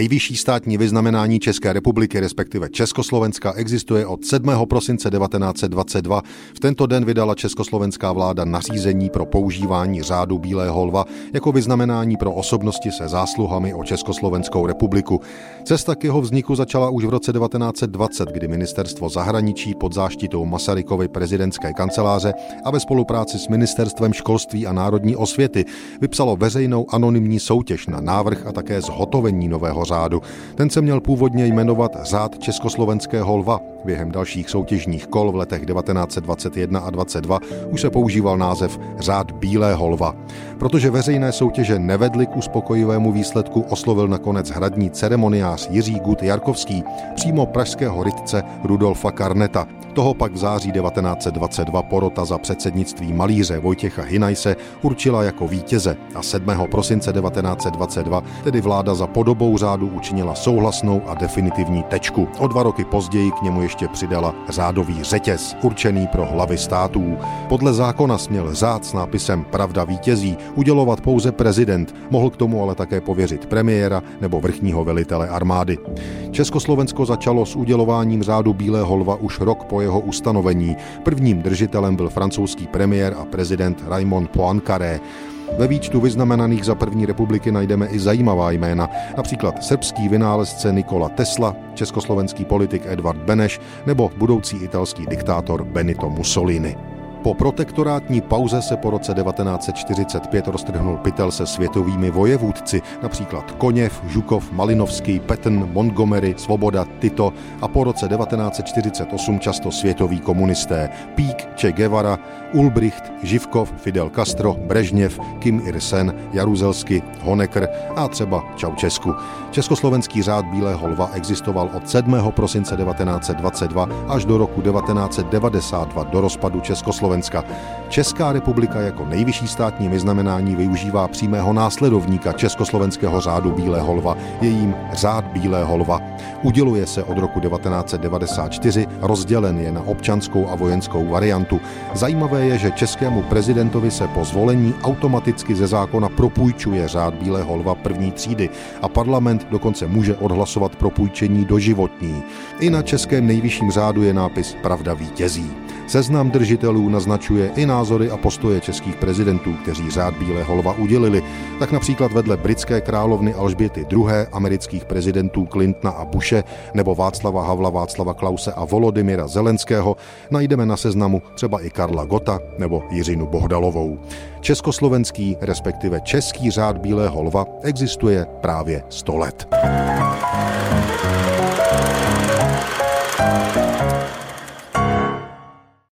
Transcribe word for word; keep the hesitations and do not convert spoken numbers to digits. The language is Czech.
Nejvyšší státní vyznamenání České republiky, respektive Československa, existuje od sedmého prosince devatenáct set dvacet dva. V tento den vydala československá vláda nařízení pro používání řádu Bílého lva jako vyznamenání pro osobnosti se zásluhami o Československou republiku. Cesta k jeho vzniku začala už v roce devatenáct set dvacet, kdy ministerstvo zahraničí pod záštitou Masarykovy prezidentské kanceláře a ve spolupráci s ministerstvem školství a národní osvěty vypsalo veřejnou anonymní soutěž na návrh a také zhotovení nového řádu. Ten se měl původně jmenovat Řád Československého lva. Během dalších soutěžních kol v letech devatenáct set dvacet jedna a dvacet dva už se používal název Řád Bílého lva. Protože veřejné soutěže nevedly k uspokojivému výsledku, oslovil nakonec hradní ceremoniář Jiří Gut Jarkovský přímo pražského rytce Rudolfa Karneta. Toho pak v září devatenáct set dvacet dva porota za předsednictví malíře Vojtěcha Hinajse určila jako vítěze a sedmého prosince devatenáct set dvacet dva tedy vláda za podobou řádu učinila souhlasnou a definitivní tečku. O dva roky později k němu ještě přidala řádový řetěz, určený pro hlavy států. Podle zákona směl řád s nápisem Pravda vítězí udělovat pouze prezident, mohl k tomu ale také pověřit premiéra nebo vrchního velitele armády. Československo začalo s udělováním řádu Bílého lva už rok po jeho ustanovení. Prvním držitelem byl francouzský premiér a prezident Raymond Poincaré. Ve výčtu vyznamenaných za první republiky najdeme i zajímavá jména, například srbský vynálezce Nikola Tesla, československý politik Edvard Beneš nebo budoucí italský diktátor Benito Mussolini. Po protektorátní pauze se po roce devatenáct set čtyřicet pět roztrhnul pytel se světovými vojevůdci, například Koněv, Žukov, Malinovský, Patton, Montgomery, Svoboda, Tito a po roce devatenáct set čtyřicet osm často světoví komunisté Pík, Che Guevara, Ulbricht, Živkov, Fidel Castro, Brežněv, Kim Ir-sen, Jaruzelsky, Honecker a třeba Čaučesku. Československý řád Bílého lva existoval od sedmého prosince devatenáct set dvacet dva až do roku devatenáct set devadesát dva do rozpadu Československa. Česká republika jako nejvyšší státní vyznamenání využívá přímého následovníka československého řádu Bílého lva, je jím Řád Bílého lva. Uděluje se od roku devatenáct set devadesát čtyři, rozdělen je na občanskou a vojenskou variantu. Zajímavé je, že českému prezidentovi se po zvolení automaticky ze zákona propůjčuje Řád Bílého lva první třídy a parlament dokonce může odhlasovat propůjčení doživotní. I na českém nejvyšším řádu je nápis Pravda vítězí. Seznam držitelů naznačuje i názory a postoje českých prezidentů, kteří řád Bílého lva udělili. Tak například vedle britské královny Alžběty druhé., amerických prezidentů Clintona a Bushe nebo Václava Havla, Václava Klause a Volodymyra Zelenského najdeme na seznamu třeba i Karla Gotta nebo Jiřinu Bohdalovou. Československý, respektive český řád Bílého lva existuje právě sto let.